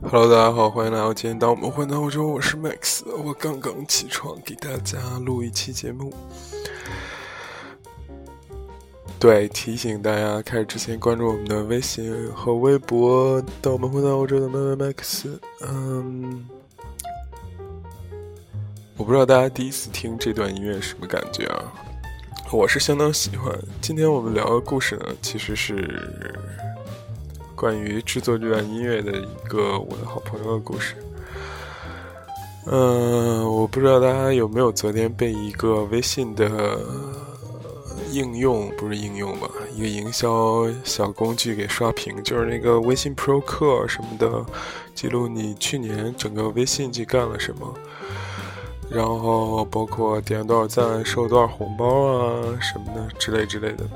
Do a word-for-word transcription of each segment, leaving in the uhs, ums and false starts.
Hello，大家好，欢迎来到今天当我们回到欧洲，我是 Max， 我刚刚起床，给大家录一期节目。对，提醒大家开始之前关注我们的微信和微博，当我们回到欧洲的 Max。嗯，我不知道大家第一次听这段音乐是什么感觉啊？我是相当喜欢。今天我们聊的故事呢，其实是关于制作这段音乐的一个我的好朋友的故事。嗯、呃，我不知道大家有没有昨天被一个微信的应用，不是应用吧，一个营销小工具给刷屏，就是那个微信 Pro 课什么的，记录你去年整个微信去干了什么，然后包括点了多少赞，收多少红包啊什么的之类之类的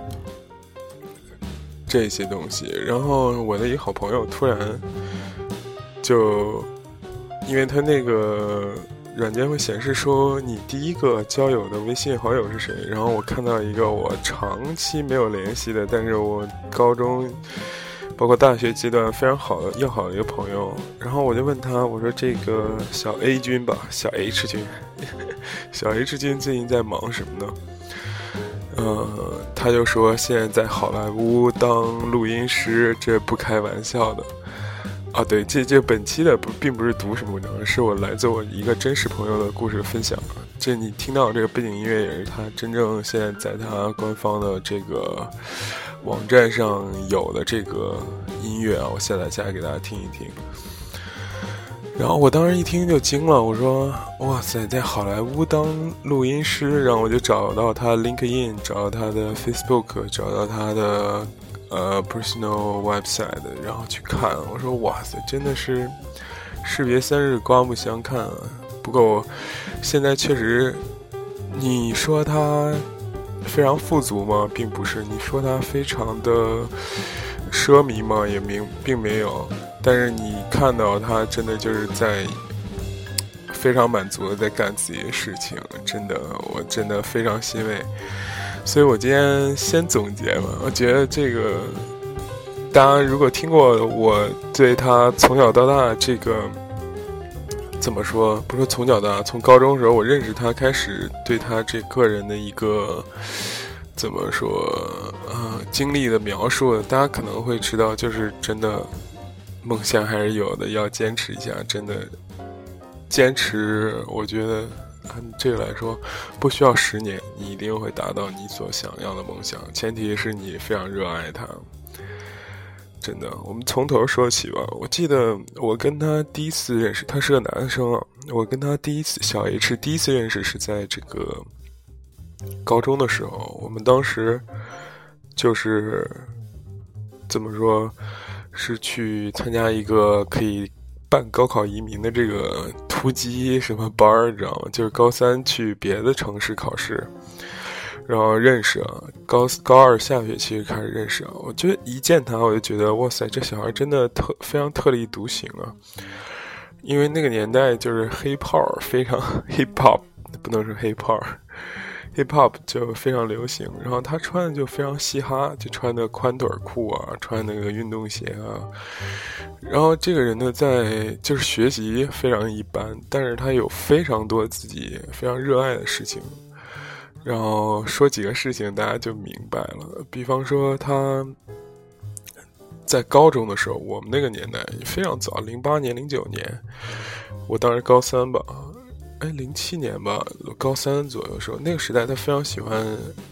这些东西。然后我的一个好朋友突然就因为他那个软件会显示说你第一个交友的微信好友是谁，然后我看到一个我长期没有联系的，但是我高中包括大学阶段非常好的要好的一个朋友，然后我就问他，我说这个小 A 君吧，小 H 君小 H 君最近在忙什么呢？呃，他就说现在在好莱坞当录音师，这不开玩笑的啊。对，这这本期的不并不是读什么文章，是我来自我一个真实朋友的故事分享。这你听到这个背景音乐也是他真正现在在他官方的这个网站上有的这个音乐啊，我下载下来给大家听一听。然后我当时一听就惊了，我说哇塞，在好莱坞当录音师，然后我就找到他 LinkedIn， 找到他的 Facebook， 找到他的呃 personal website， 然后去看，我说哇塞，真的是士别三日刮目相看啊。不过现在确实，你说他非常富足吗？并不是。你说他非常的奢靡吗？也并并没有。但是你看到他真的就是在非常满足的在干自己的事情，真的，我真的非常欣慰。所以我今天先总结吧，我觉得这个大家如果听过我对他从小到大这个怎么说，不是从小到大，从高中的时候我认识他开始，对他这个人的一个怎么说呃经历的描述，大家可能会知道，就是真的梦想还是有的，要坚持一下，真的坚持，我觉得按这个来说不需要十年，你一定会达到你所想要的梦想，前提是你非常热爱它。真的，我们从头说起吧。我记得我跟他第一次认识，他是个男生啊。我跟他第一次小 H 第一次认识是在这个高中的时候，我们当时就是怎么说，是去参加一个可以办高考移民的这个突击什么班儿，你知道吗？就是高三去别的城市考试。然后认识啊，高高二下学期开始认识啊，我觉得一见他我就觉得哇塞，这小孩真的特非常特立独行啊，因为那个年代就是 hip hop 非常 hip hop 不能说 hip hop hip hop 就非常流行，然后他穿的就非常嘻哈，就穿的宽腿裤啊，穿那个运动鞋啊，然后这个人呢在就是学习非常一般，但是他有非常多自己非常热爱的事情。然后说几个事情大家就明白了，比方说他在高中的时候，我们那个年代非常早，零八年零九年，我当时高三吧，哎零七年吧，高三左右的时候，那个时代他非常喜欢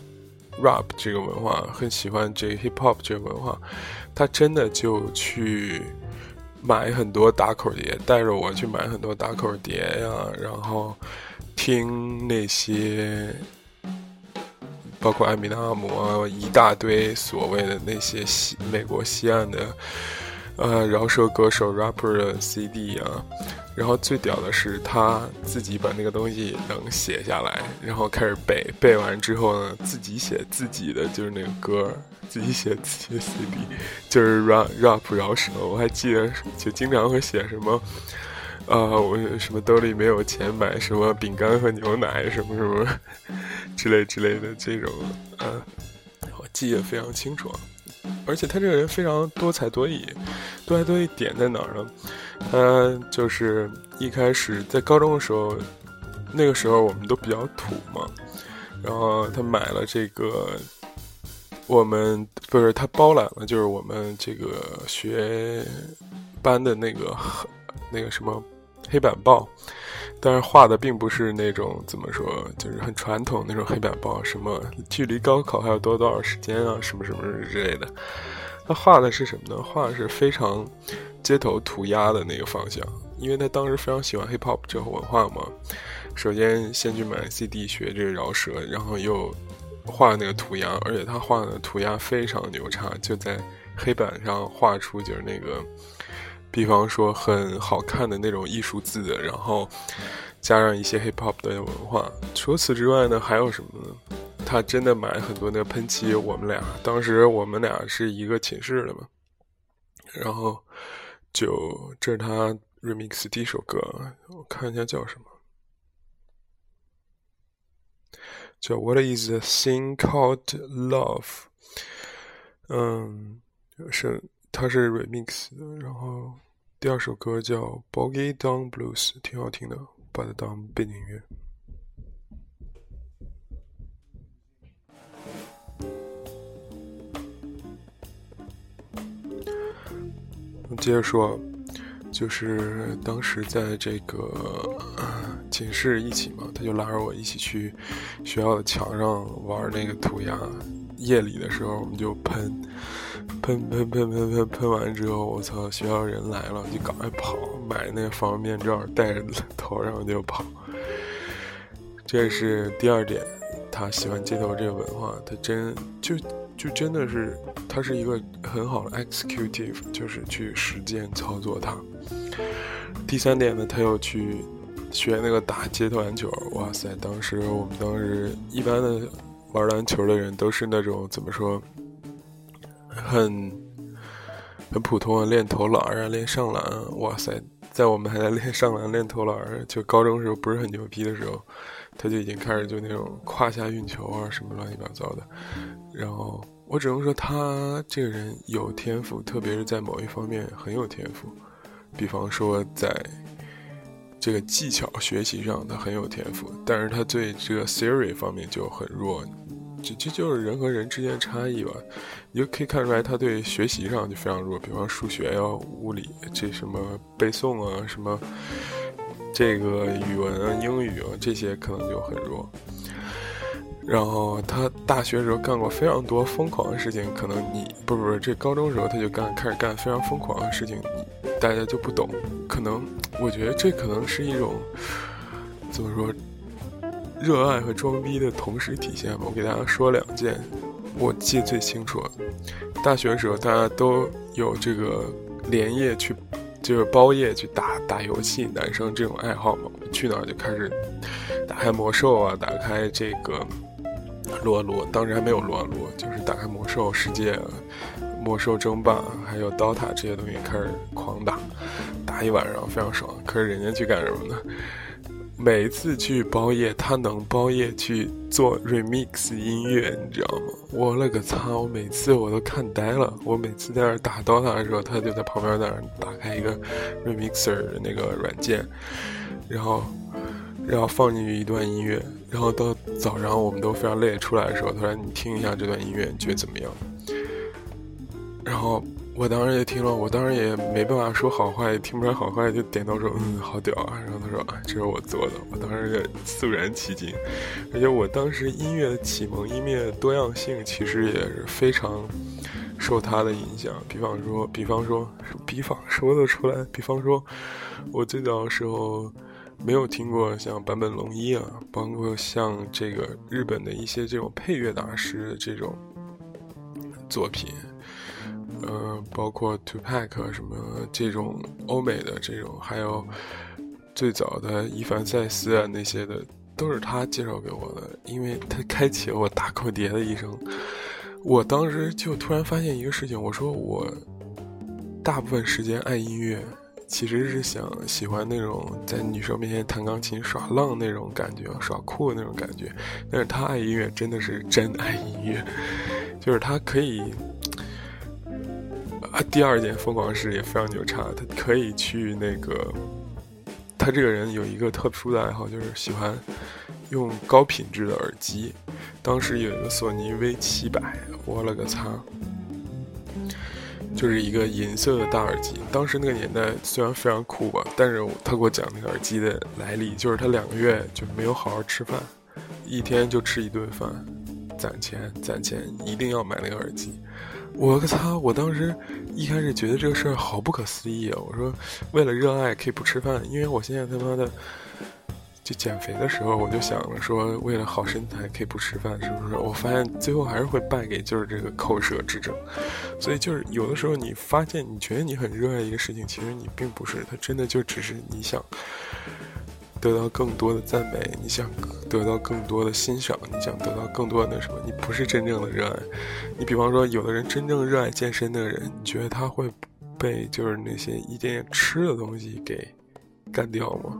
rap 这个文化，很喜欢这个 hip hop 这个文化，他真的就去买很多打口碟，带着我去买很多打口碟呀，然后听那些包括艾米纳姆啊，一大堆所谓的那些西美国西岸的呃饶舌歌手 rapper 的 C D 啊，然后最屌的是他自己把那个东西能写下来，然后开始背，背完之后呢，自己写自己的就是那个歌，自己写自己的 C D， 就是 rap rap 饶舌。我还记得就经常会写什么呃，我什么兜里没有钱买什么饼干和牛奶什么什么之类之类的这种，呃，我记得非常清楚。 而且他这个人非常多才多艺。多才多艺点在哪儿呢？他就是一开始在高中的时候，那个时候我们都比较土嘛，然后他买了这个，我们不是他包揽了，就是我们这个学班的那个那个什么黑板报，但是画的并不是那种怎么说，就是很传统那种黑板报，什么距离高考还有多多少时间啊，什么什么之类的。他画的是什么呢？画的是非常街头涂鸦的那个方向，因为他当时非常喜欢 hip hop 这个文化嘛。首先先去买 C D 学这个饶舌，然后又画那个涂鸦，而且他画的涂鸦非常牛叉，就在黑板上画出就是那个，比方说很好看的那种艺术字的，然后加上一些 hip hop 的文化。除此之外呢，还有什么呢？他真的买很多那个喷漆，我们俩当时我们俩是一个寝室的嘛，然后就这是他 remix 第一首歌，我看一下叫什么，叫 What is a thing called love？ 嗯，是它是 remix 的，然后第二首歌叫 Boogie Down Blues， 挺好听的，把它当背景音乐。接着说，就是当时在这个寝室一起嘛，他就拉着我一起去学校的墙上玩那个涂鸦。夜里的时候我们就喷喷喷喷喷喷喷完之后，我操，学校人来了，就赶快跑，买那个防蚊面罩戴着头上就跑。这是第二点，他喜欢街头这个文化，他真就就真的是他是一个很好的 executive， 就是去实践操作它。第三点呢，他又去学那个打街头篮球。哇塞，当时我们当时一般的玩篮球的人都是那种怎么说，很很普通的练投篮啊，练上篮啊。哇塞，在我们还在练上篮练投篮，就高中时候不是很牛逼的时候，他就已经开始就那种胯下运球啊什么乱七八糟的。然后我只能说他这个人有天赋，特别是在某一方面很有天赋，比方说在这个技巧学习上他很有天赋，但是他对这个 theory 方面就很弱。这这就是人和人之间的差异吧。你就可以看出来他对学习上就非常弱，比方数学呀、物理，这什么背诵啊，什么这个语文啊、英语啊，这些可能就很弱。然后他大学时候干过非常多疯狂的事情，可能你不不不，这高中时候他就干开始干非常疯狂的事情，你大家就不懂。可能我觉得这可能是一种怎么说，热爱和装逼的同时体现吧。我给大家说两件我记得最清楚。大学的时候大家都有这个连夜去就是包夜去打打游戏，男生这种爱好嘛，去哪儿就开始打开魔兽啊，打开这个撸啊撸，当时还没有撸啊撸，就是打开魔兽世界、魔兽争霸还有 D O T A 这些东西开始狂打，打一晚上非常爽。可是人家去干什么呢？每一次去包夜，他能包夜去做 remix 音乐，你知道吗？我勒个操！我每次我都看呆了。我每次在那儿打 D O T A 的时候，他就在旁边在那儿打开一个 remixer 的那个软件，然后然后放进去一段音乐，然后到早上我们都非常累出来的时候，他说你听一下这段音乐，你觉得怎么样？然后我当时也听了，我当时也没办法说好坏，也听不出来好坏，就点头说嗯好屌啊。然后他说啊这是我做的，我当时也肃然起敬。而且我当时音乐的启蒙，音乐的多样性其实也是非常受他的影响。比方说比方说比方说得出来，比方说我最早的时候没有听过像坂本龙一啊，包括像这个日本的一些这种配乐大师的这种作品，呃，包括 Tupac 什么这种欧美的这种，还有最早的伊凡塞斯啊那些的，都是他介绍给我的，因为他开启了我打口碟的一生。我当时就突然发现一个事情，我说我大部分时间爱音乐，其实是想喜欢那种在女生面前弹钢琴耍浪那种感觉，耍酷的那种感觉。但是他爱音乐真的是真爱音乐，就是他可以啊，第二件疯狂事也非常牛叉，他可以去那个，他这个人有一个特殊的爱好，就是喜欢用高品质的耳机。当时有一个索尼 V 七百，我了个擦，就是一个银色的大耳机。当时那个年代虽然非常酷吧，但是他给我讲那个耳机的来历，就是他两个月就没有好好吃饭，一天就吃一顿饭，攒钱攒钱一定要买那个耳机。我个操！我当时一开始觉得这个事儿好不可思议啊！我说为了热爱可以不吃饭，因为我现在他妈的就减肥的时候，我就想了说为了好身材可以不吃饭，是不是？我发现最后还是会败给就是这个口舌之争。所以就是有的时候你发现你觉得你很热爱一个事情，其实你并不是，它真的就只是你想得到更多的赞美，你想得到更多的欣赏，你想得到更多的那什么，你不是真正的热爱。你比方说有的人真正热爱健身的人，你觉得他会被就是那些一点点吃的东西给干掉吗？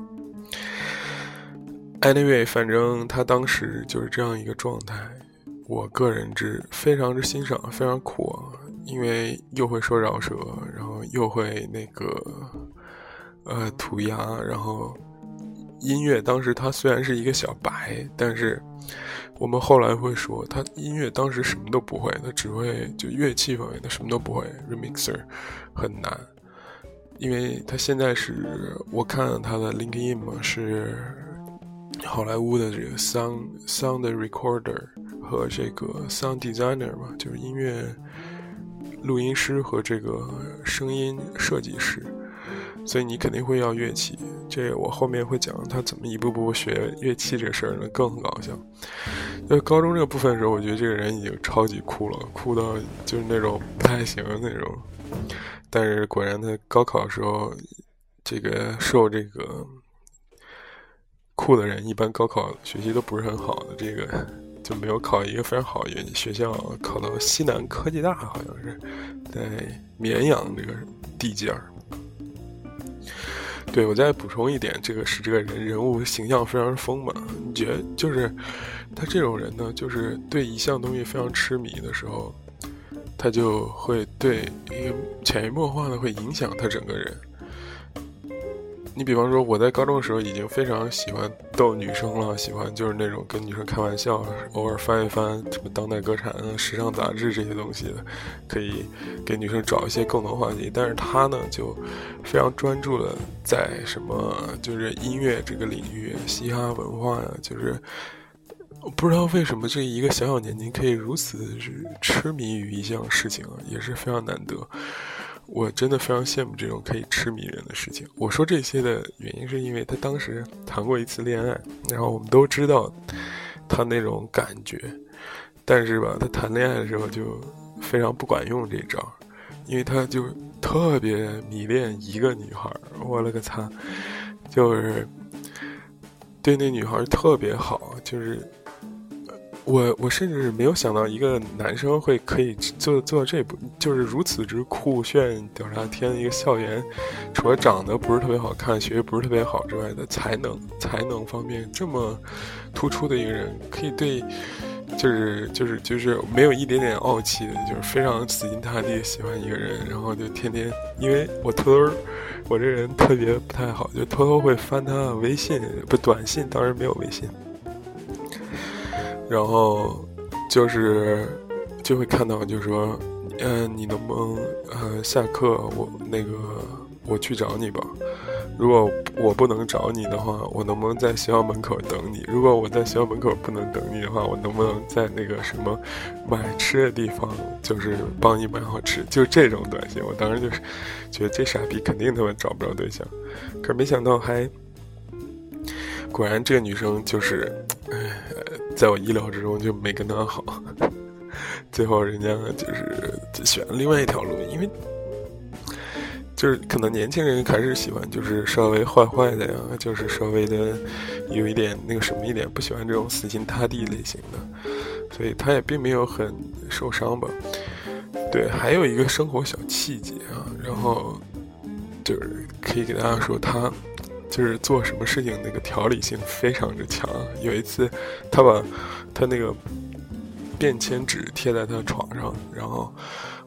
Anyway， 反正他当时就是这样一个状态，我个人之非常之欣赏，非常酷啊，因为又会说饶舌，然后又会那个呃涂鸦，然后音乐当时他虽然是一个小白，但是我们后来会说他音乐当时什么都不会，他只会就乐器方面他什么都不会， remixer 很难，因为他现在是我看他的 LinkedIn 嘛，是好莱坞的这个 sound sound recorder 和这个 sound designer 嘛，就是音乐录音师和这个声音设计师，所以你肯定会要乐器。这我后面会讲他怎么一步步学乐器这事儿呢，更搞笑。在高中这个部分的时候，我觉得这个人已经超级酷了，酷到就是那种不太行的那种。但是果然他高考的时候，这个受这个酷的人一般高考学习都不是很好的，这个就没有考一个非常好的学校，考到西南科技大，好像是在绵阳这个地界儿。对，我再补充一点，这个是这个人人物形象非常丰满。你觉得就是他这种人呢，就是对一项东西非常痴迷的时候，他就会对一个潜移默化的会影响他整个人。你比方说我在高中的时候已经非常喜欢逗女生了，喜欢就是那种跟女生开玩笑，偶尔翻一翻什么当代歌坛啊、时尚杂志这些东西的，可以给女生找一些共同话题。但是他呢就非常专注的在什么就是音乐这个领域，嘻哈文化呀，就是我不知道为什么这一个小小年纪可以如此痴迷于一项事情啊，也是非常难得。我真的非常羡慕这种可以痴迷人的事情。我说这些的原因是因为他当时谈过一次恋爱，然后我们都知道他那种感觉，但是吧，他谈恋爱的时候就非常不管用这招，因为他就特别迷恋一个女孩，我了个擦，就是对那女孩特别好，就是我我甚至没有想到一个男生会可以做做到这步，就是如此之酷炫屌炸天的一个校园，除了长得不是特别好看，学习不是特别好之外的才能才能方面这么突出的一个人，可以对就是就是就是没有一点点傲气的，就是非常死心塌地喜欢一个人，然后就天天，因为我偷偷我这人特别不太好，就偷偷会翻他微信，不短信，当然没有微信。然后就是就会看到就是说嗯、呃，你能不能呃下课我那个我去找你吧，如果我不能找你的话，我能不能在学校门口等你，如果我在学校门口不能等你的话，我能不能在那个什么买吃的地方就是帮你买好吃，就这种短信。我当时就是觉得这傻逼肯定他们找不着对象，可是没想到还果然这个女生就是在我意料之中就没跟他好，最后人家就是选了另外一条路，因为就是可能年轻人还是喜欢就是稍微坏坏的呀，就是稍微的有一点那个什么一点，不喜欢这种死心塌地类型的，所以他也并没有很受伤吧。对，还有一个生活小细节啊，然后就是可以给大家说他就是做什么事情那个条理性非常之强。有一次他把他那个便签纸贴在他床上，然后我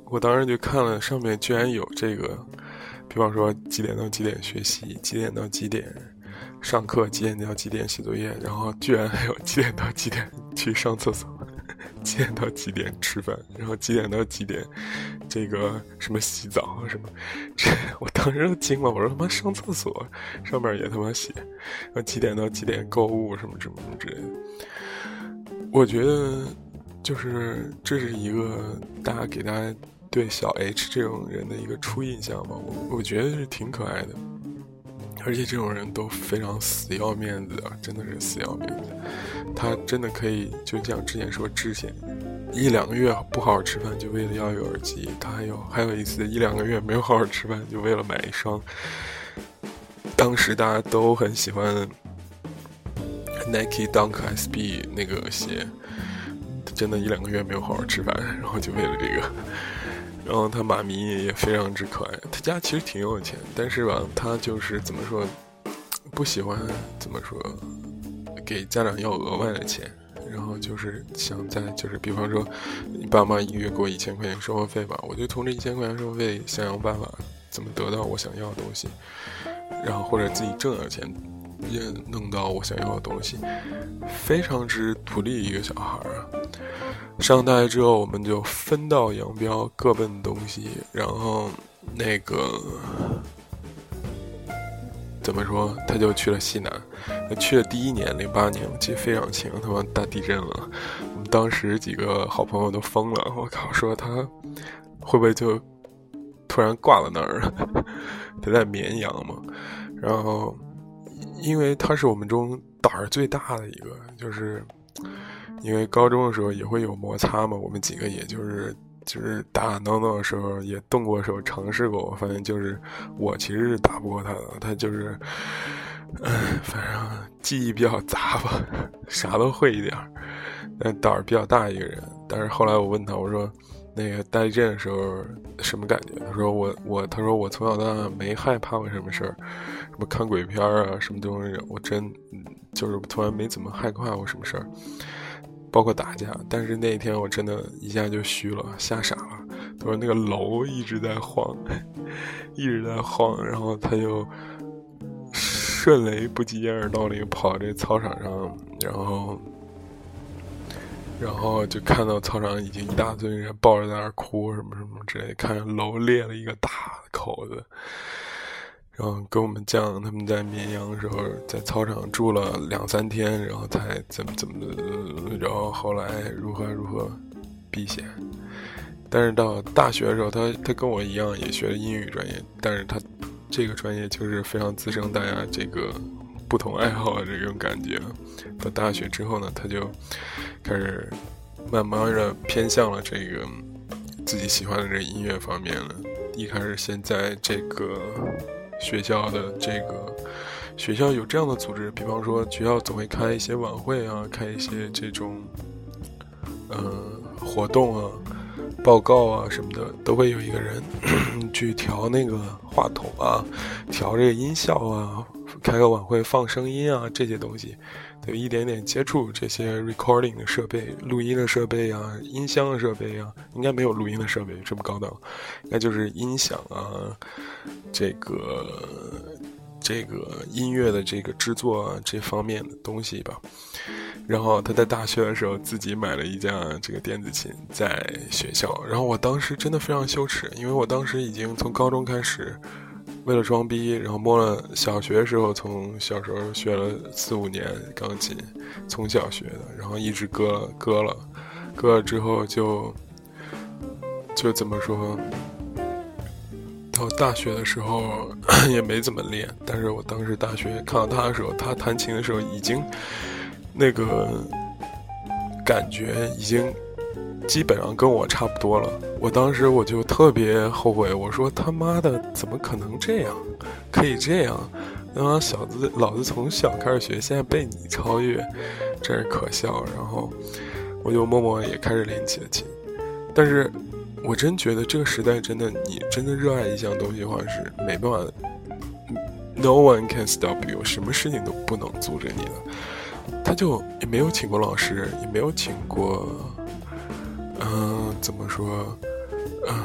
我当时就看了上面居然有这个，比方说几点到几点学习，几点到几点上课，几点到几点写作业，然后居然还有几点到几点去上厕所，几点到几点吃饭，然后几点到几点这个什么洗澡什么，这我当时都惊了，我说他妈上厕所上面也他妈写，然后几点到几点购物什么什么什么之类的。我觉得就是这是一个大家给大家对小 H 这种人的一个初印象吧，我我觉得是挺可爱的，而且这种人都非常死要面子啊，真的是死要面子。他真的可以就像之前说之前一两个月不好好吃饭就为了要一个耳机，他还有还有一次一两个月没有好好吃饭就为了买一双当时大家都很喜欢 Nike Dunk S B 那个鞋，真的一两个月没有好好吃饭，然后就为了这个。然后他妈咪也非常之可爱，他家其实挺有钱，但是吧他就是怎么说不喜欢怎么说给家长要额外的钱，然后就是想在就是比方说你爸妈一个月给我一千块钱生活费吧，我就从这一千块钱生活费想想办法怎么得到我想要的东西，然后或者自己挣点钱也弄到我想要的东西，非常之独立一个小孩啊。上大学之后我们就分道扬镳，各奔东西，然后那个怎么说他就去了西南。他去了第一年零八年我记得非常清，他妈大地震了，我们当时几个好朋友都疯了，我靠，说他会不会就突然挂了那儿他在绵阳嘛，然后因为他是我们中胆儿最大的一个，就是因为高中的时候也会有摩擦嘛，我们几个也就是就是打打闹闹的时候也动过手尝试过，我发现就是我其实是打不过他的，他就是嗯，反正记忆比较杂吧，啥都会一点，但胆儿比较大一个人。但是后来我问他，我说那个大地震的时候什么感觉？他说我我他说我从小到大没害怕过什么事儿，什么看鬼片啊什么东西，我真就是突然没怎么害怕过什么事儿，包括打架。但是那一天我真的一下就虚了，吓傻了。他说那个楼一直在晃，一直在晃，然后他就瞬雷不及掩耳盗铃跑这操场上，然后然后就看到操场已经一大堆人抱着在那儿哭什么什么之类的，看着楼裂了一个大口子，然后跟我们讲他们在绵阳的时候在操场住了两三天，然后才怎么怎么的，然后后来如何如何避险。但是到大学的时候他他跟我一样也学了英语专业，但是他这个专业就是非常滋生大家这个不同爱好的这种感觉。到大学之后呢，他就开始慢慢的偏向了这个自己喜欢的这个音乐方面了。一开始先在这个学校的这个学校有这样的组织，比方说学校总会开一些晚会啊，开一些这种呃活动啊报告啊什么的，都会有一个人去调那个话筒啊，调这个音效啊，开个晚会放声音啊，这些东西得一点点接触这些 recording 的设备，录音的设备啊，音箱的设备啊，应该没有录音的设备这么高档，应该就是音响啊，这个这个音乐的这个制作啊这方面的东西吧。然后他在大学的时候自己买了一架这个电子琴在学校，然后我当时真的非常羞耻，因为我当时已经从高中开始为了装逼，然后摸了小学的时候从小时候学了四五年钢琴，从小学的，然后一直割了割了割了之后就就怎么说到大学的时候也没怎么练，但是我当时大学看到他的时候，他弹琴的时候已经那个感觉已经基本上跟我差不多了。我当时我就特别后悔，我说他妈的怎么可能这样，可以这样，他妈小子老子从小开始学，现在被你超越，真是可笑。然后我就默默也开始练起了琴。但是我真觉得这个时代真的，你真的热爱一项东西的话是没办法的， No one can stop you， 什么事情都不能阻止你的。他就也没有请过老师，也没有请过嗯、呃，怎么说嗯、呃，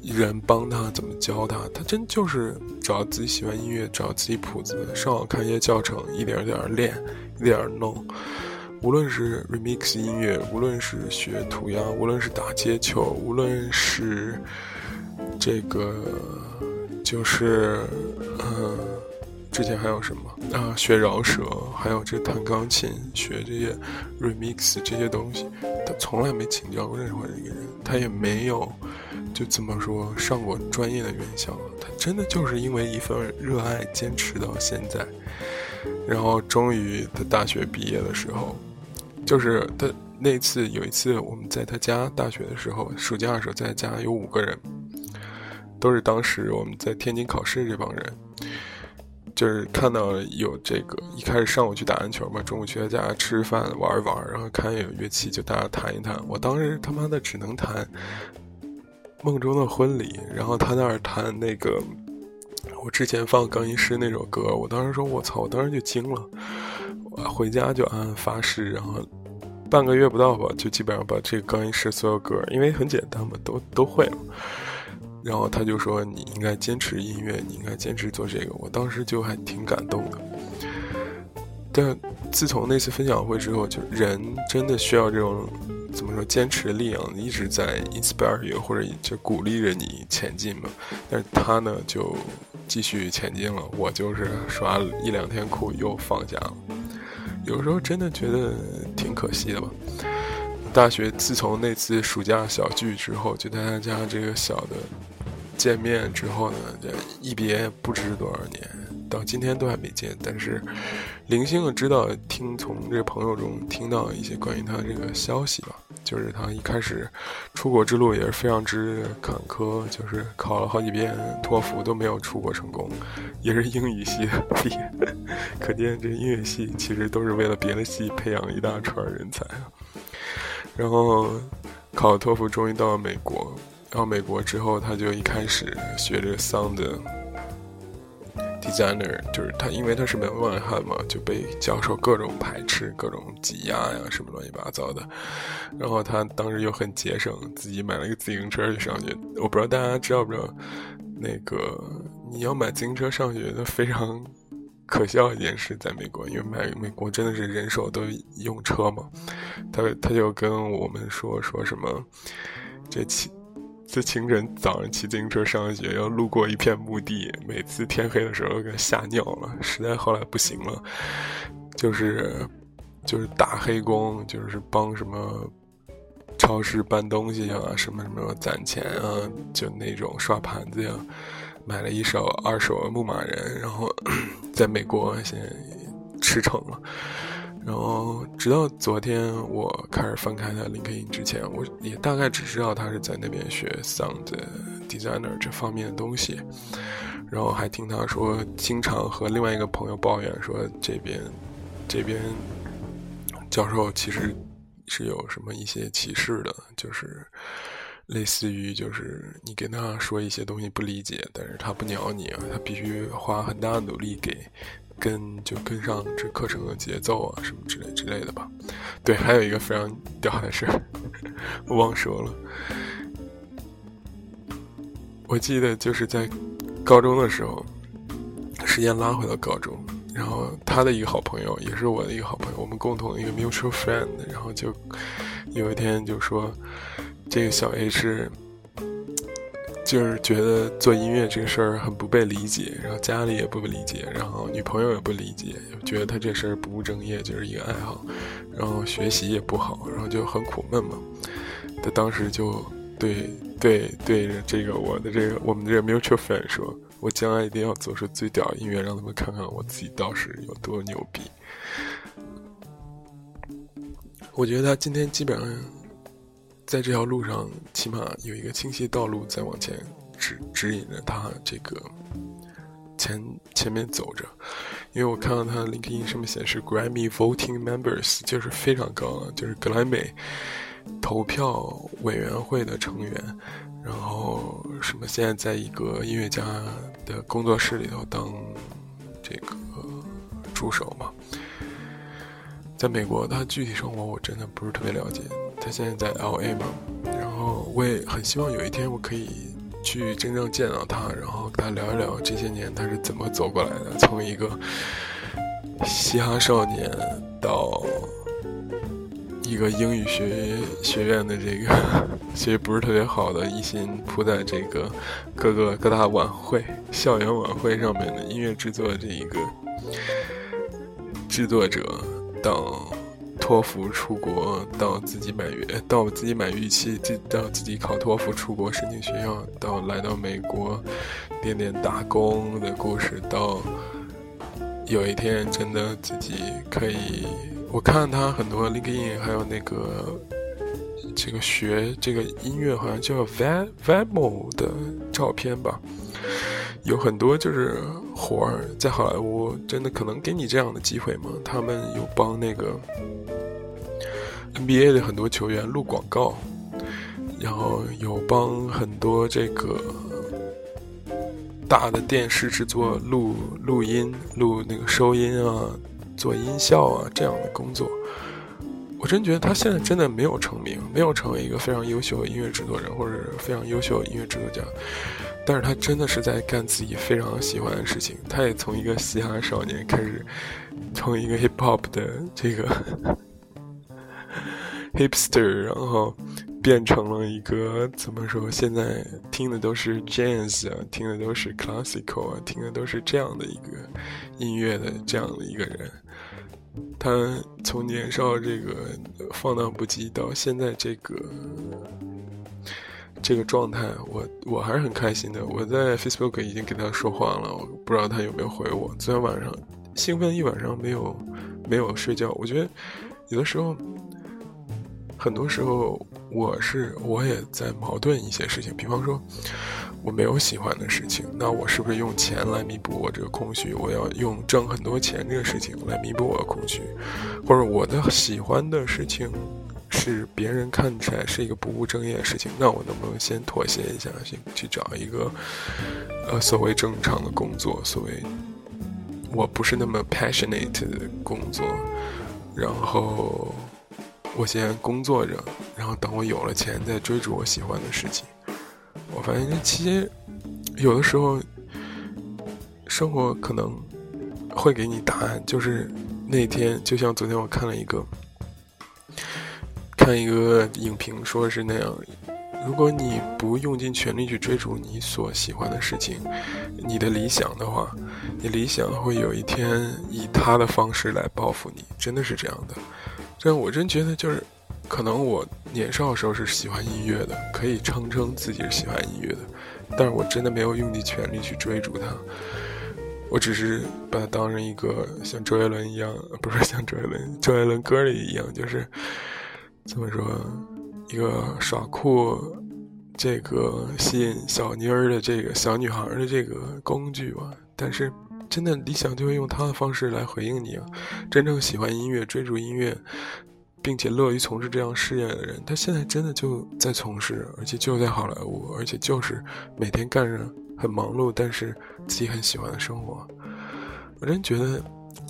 人帮他怎么教他，他真就是找自己喜欢音乐，找自己谱子，上网看一些教程，一点点练，一点点弄。无论是 remix 音乐，无论是学涂鸦，无论是打街球，无论是这个就是嗯，之前还有什么啊？学饶舌，还有这弹钢琴，学这些 remix 这些东西，他从来没请教过任何一个人，他也没有就这么说上过专业的院校，他真的就是因为一份热爱坚持到现在。然后终于他大学毕业的时候，就是他那次有一次我们在他家大学的时候，暑假的时候在家有五个人，都是当时我们在天津考试这帮人，就是看到有这个，一开始上午去打篮球嘛，中午去他家吃饭玩一玩，然后看有乐器就大家弹一弹。我当时他妈的只能弹梦中的婚礼，然后他那儿弹那个我之前放钢琴师那首歌，我当时说我操，我当时就惊了，我回家就暗暗发誓，然后半个月不到吧，就基本上把这个钢琴师所有歌，因为很简单嘛，都都会了。然后他就说你应该坚持音乐，你应该坚持做这个，我当时就还挺感动的。但自从那次分享会之后，就人真的需要这种怎么说坚持的力量，一直在 inspire you 或者就鼓励着你前进嘛。但是他呢就继续前进了，我就是刷了一两天苦又放下了。有时候真的觉得挺可惜的吧。大学自从那次暑假小聚之后，就在他家这个小的见面之后呢，这一别不知多少年，到今天都还没见。但是零星的知道，听从这个朋友中听到一些关于他这个消息吧，就是他一开始出国之路也是非常之坎坷，就是考了好几遍托福都没有出国成功，也是英语系的毕业。可见这音乐系其实都是为了别的系培养一大串人才啊。然后考了托福，终于到了美国。然后美国之后，他就一开始学这个 sound designer， 就是他因为他是门外汉嘛，就被教授各种排斥，各种挤压呀，什么乱七八糟的。然后他当时又很节省，自己买了一个自行车去上学。我不知道大家知道不知道，那个你要买自行车上学的非常可笑一件事，在美国，因为美美国真的是人手都用车嘛，他他就跟我们说说什么，这骑这清晨早上骑自行车上学要路过一片墓地，每次天黑的时候给吓尿了，实在后来不行了，就是就是打黑工，就是帮什么超市搬东西啊，什么什么攒钱啊，就那种刷盘子呀。买了一手二手牧马人，然后在美国现在驰骋了。然后直到昨天我开始翻开他 LinkedIn 之前，我也大概只知道他是在那边学 sound designer 这方面的东西。然后还听他说，经常和另外一个朋友抱怨说，这边这边教授其实是有什么一些歧视的，就是类似于就是你跟他说一些东西不理解，但是他不鸟你啊，他必须花很大的努力给跟就跟上这课程的节奏啊，什么之类之类的吧。对，还有一个非常屌的事我忘说了，我记得就是在高中的时候，时间拉回到高中，然后他的一个好朋友也是我的一个好朋友，我们共同的一个 mutual friend， 然后就有一天就说这个小 H 就是觉得做音乐这个事儿很不被理解，然后家里也不理解，然后女朋友也不理解，觉得他这事儿不务正业，就是一个爱好，然后学习也不好，然后就很苦闷嘛。他当时就对对对着这个我的这个我们这个 mutual friend 说，我将来一定要做出最屌的音乐，让他们看看我自己倒是有多牛逼。我觉得他今天基本上在这条路上起码有一个清晰道路在往前指指引着他这个前前面走着。因为我看到他 LinkedIn 上面显示 Grammy Voting Members， 就是非常高了，就是格莱美投票委员会的成员，然后什么现在在一个音乐家的工作室里头当这个助手嘛。在美国他具体生活我真的不是特别了解，他现在在 L A 嘛，然后我也很希望有一天我可以去真正见到他，然后跟他聊一聊这些年他是怎么走过来的，从一个嘻哈少年到一个英语学学院的这个学习不是特别好的，一心扑在这个各个各大晚会校园晚会上面的音乐制作这一个制作者，到托福出国，到自己买乐到自己买乐器，到自己考托福出国申请学校，到来到美国点点打工的故事，到有一天真的自己可以，我看他很多 LinkedIn 还有那个这个学这个音乐好像叫 Vamo 的照片吧，有很多就是活儿在好莱坞真的可能给你这样的机会吗？他们有帮那个 N B A 的很多球员录广告，然后有帮很多这个大的电视制作录录音录那个收音啊，做音效啊这样的工作。我真觉得他现在真的没有成名，没有成为一个非常优秀的音乐制作人或者非常优秀的音乐制作家，但是他真的是在干自己非常喜欢的事情。他也从一个嘻哈少年开始，从一个 hip hop 的这个hipster， 然后变成了一个怎么说，现在听的都是 jazz 啊，听的都是 classical 啊，听的都是这样的一个音乐的这样的一个人。他从年少这个放荡不羁到现在这个这个状态，我我还是很开心的。我在 Facebook 已经给他说话了，我不知道他有没有回我。昨天晚上兴奋一晚上没有没有睡觉。我觉得有的时候很多时候我是我也在矛盾一些事情，比方说我没有喜欢的事情，那我是不是用钱来弥补我这个空虚？我要用挣很多钱这个事情来弥补我的空虚，或者我的喜欢的事情是别人看起来是一个不务正业的事情，那我能不能先妥协一下，先去找一个呃所谓正常的工作，所谓我不是那么 passionate 的工作，然后我先工作着，然后等我有了钱再追逐我喜欢的事情。我发现其实有的时候生活可能会给你答案，就是那天就像昨天我看了一个看一个影评说是那样，如果你不用尽全力去追逐你所喜欢的事情，你的理想的话，你理想会有一天以他的方式来报复你，真的是这样的。这我真觉得就是可能我年少的时候是喜欢音乐的，可以称称自己是喜欢音乐的，但是我真的没有用尽全力去追逐它，我只是把它当成一个像周杰伦一样，不是像周杰伦周杰伦歌里一样，就是怎么说，一个耍酷这个吸引小妞儿的这个小女孩的这个工具吧。但是真的理想就会用他的方式来回应你啊！真正喜欢音乐追逐音乐并且乐于从事这样事业的人，他现在真的就在从事，而且就在好莱坞，而且就是每天干着很忙碌但是自己很喜欢的生活。我真觉得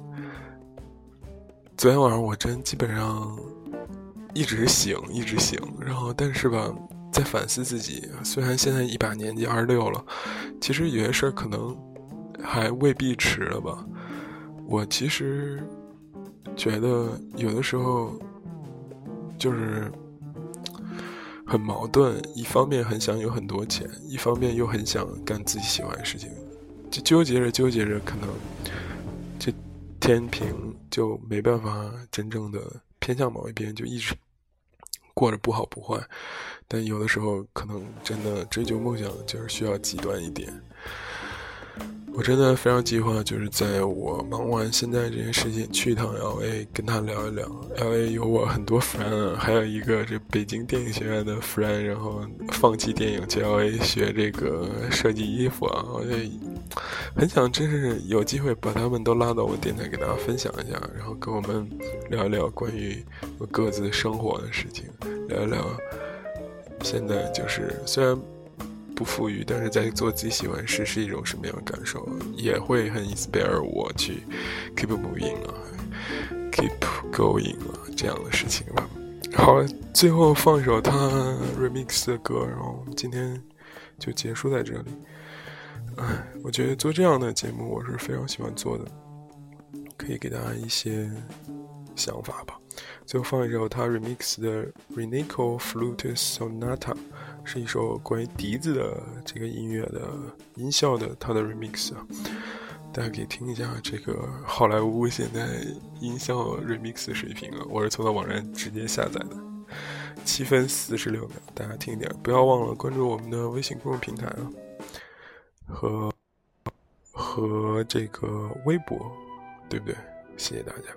昨天晚上我真基本上一直醒一直醒，然后但是吧在反思自己，虽然现在一把年纪二十六了，其实有些事儿可能还未必迟了吧。我其实觉得有的时候就是很矛盾，一方面很想有很多钱，一方面又很想干自己喜欢的事情，就纠结着纠结着，可能这天平就没办法真正的偏向某一边，就一直过着不好不坏。但有的时候可能真的追求梦想就是需要极端一点。我真的非常计划，就是在我忙完现在这件事情，去一趟 L A 跟他聊一聊。L A 有我很多 friend， 还有一个这北京电影学院的 friend， 然后放弃电影去 L A 学这个设计衣服啊，我就很想真是有机会把他们都拉到我电台给大家分享一下，然后跟我们聊一聊关于我各自生活的事情，聊一聊现在就是虽然不富裕，但是在做自己喜欢的事是一种什么样的感受，也会很 inspire 我去 keep moving 啊 keep going 啊这样的事情吧。好，最后放一首他 remix 的歌，然后今天就结束在这里。哎，我觉得做这样的节目我是非常喜欢做的，可以给大家一些想法吧。最后放一首他 remix 的 Renico Flute Sonata， 是一首关于笛子的这个音乐的音效的他的 remix 啊，大家可以听一下这个好莱坞现在音效 remix 水平啊，我是从他网站直接下载的，七分四十六秒，大家听一点，不要忘了关注我们的微信公众平台啊，和和这个微博，对不对？谢谢大家。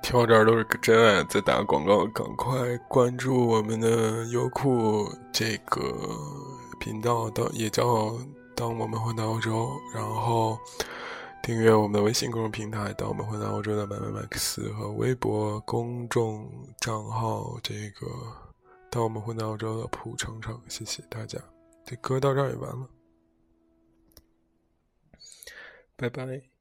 听到这儿都是个真爱，在打广告，赶快关注我们的优酷这个频道的，也叫当我们混到欧洲，然后订阅我们的微信公众平台当我们混到欧洲的买买麦克斯和微博公众账号这个当我们混到欧洲的蒲程程，谢谢大家。这歌到这儿也完了，拜拜。